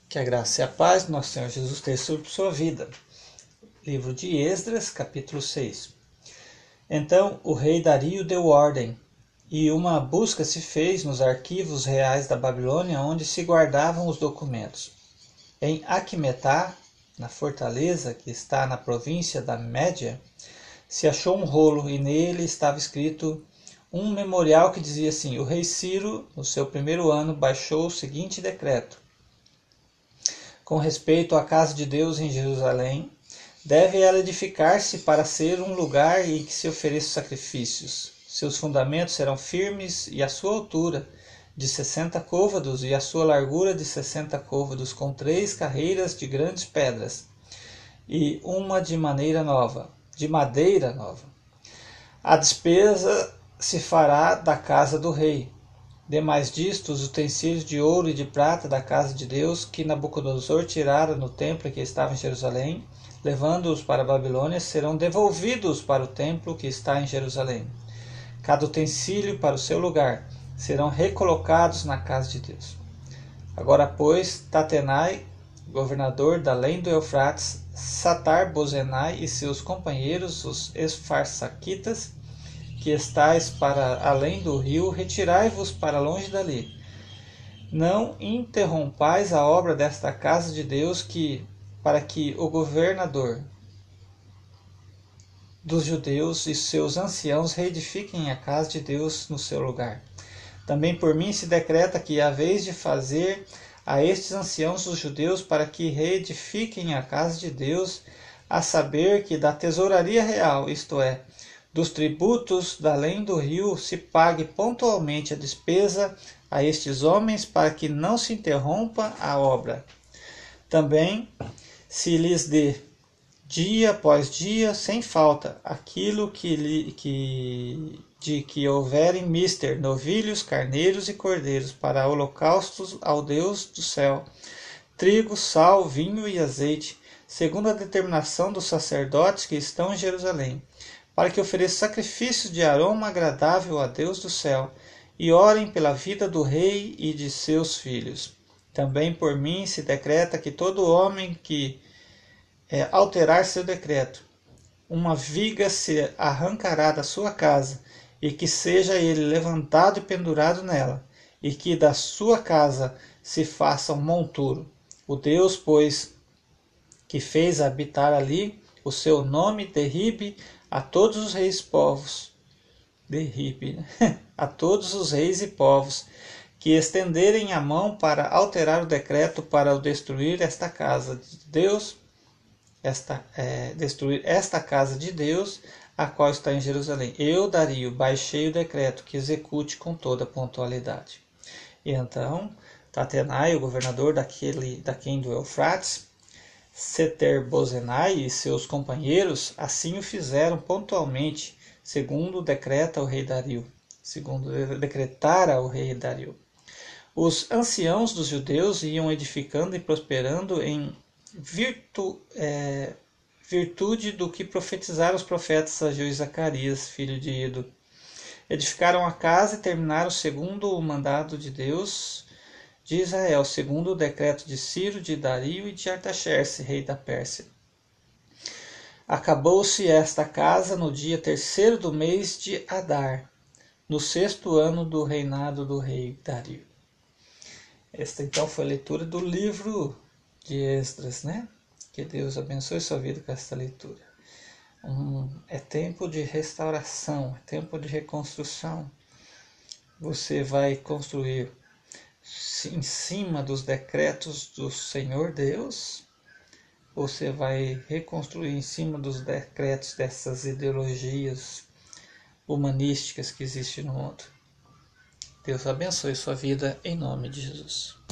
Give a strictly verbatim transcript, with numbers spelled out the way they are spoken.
Que a graça e a paz do nosso Senhor Jesus esteja sobre sua vida. Livro de Esdras, capítulo seis. Então o rei Dario deu ordem, e uma busca se fez nos arquivos reais da Babilônia, onde se guardavam os documentos. Em Aquimedá, na fortaleza que está na província da Média, se achou um rolo, e nele estava escrito um memorial que dizia assim: o rei Ciro, no seu primeiro ano, baixou o seguinte decreto: com respeito à casa de Deus em Jerusalém, deve ela edificar-se para ser um lugar em que se ofereçam sacrifícios. Seus fundamentos serão firmes, e a sua altura de sessenta côvados e a sua largura de sessenta côvados, com três carreiras de grandes pedras, e uma de maneira nova, de madeira nova. A despesa se fará da casa do rei. Demais disto, os utensílios de ouro e de prata da casa de Deus, que Nabucodonosor tirara no templo que estava em Jerusalém, levando-os para a Babilônia, serão devolvidos para o templo que está em Jerusalém. Cada utensílio para o seu lugar, serão recolocados na casa de Deus. Agora, pois, Tatenai, governador da além do Eufrates, Satar-Bozenai e seus companheiros, os esfarsaquitas, que estais para além do rio, retirai-vos para longe dali. Não interrompais a obra desta casa de Deus, que, para que o governador dos judeus e seus anciãos reedifiquem a casa de Deus no seu lugar. Também por mim se decreta que há vez de fazer a estes anciãos dos judeus para que reedifiquem a casa de Deus, a saber que da tesouraria real, isto é, dos tributos da além do rio, se pague pontualmente a despesa a estes homens, para que não se interrompa a obra. Também se lhes dê, dia após dia, sem falta, aquilo que, lhe, que de que houverem mister, novilhos, carneiros e cordeiros, para holocaustos ao Deus do céu, trigo, sal, vinho e azeite, segundo a determinação dos sacerdotes que estão em Jerusalém, para que ofereçam sacrifícios de aroma agradável a Deus do céu, e orem pela vida do rei e de seus filhos. Também por mim se decreta que todo homem que é, alterar seu decreto, uma viga se arrancará da sua casa, e que seja ele levantado e pendurado nela, e que da sua casa se faça um monturo. O Deus, pois, que fez habitar ali, o seu nome derribe a todos os reis povos, derribe, né? a todos os reis e povos, que estenderem a mão para alterar o decreto para o destruir esta casa de Deus, esta, é, destruir esta casa de Deus, a qual está em Jerusalém. Eu, Dario, baixei o decreto que execute com toda pontualidade. E então, Tatenai, o governador daquele, daquém do Eufrates, Seter-Bozenai e seus companheiros assim o fizeram pontualmente, segundo decreta o rei Dario, segundo decretara o rei Dario. Os anciãos dos judeus iam edificando e prosperando em virtu, é, virtude do que profetizaram os profetas Ageu e Zacarias, filho de Ido. Edificaram a casa e terminaram segundo o mandado de Deus de Israel, segundo o decreto de Ciro, de Dario e de Artaxerxes, rei da Pérsia. Acabou-se esta casa no dia terceiro do mês de Adar, no sexto ano do reinado do rei Dario. Esta então foi a leitura do livro de Esdras, né? Que Deus abençoe sua vida com esta leitura. Um, é tempo de restauração, é tempo de reconstrução. Você vai construir em cima dos decretos do Senhor Deus, ou você vai reconstruir em cima dos decretos dessas ideologias humanísticas que existem no mundo? Deus abençoe sua vida em nome de Jesus.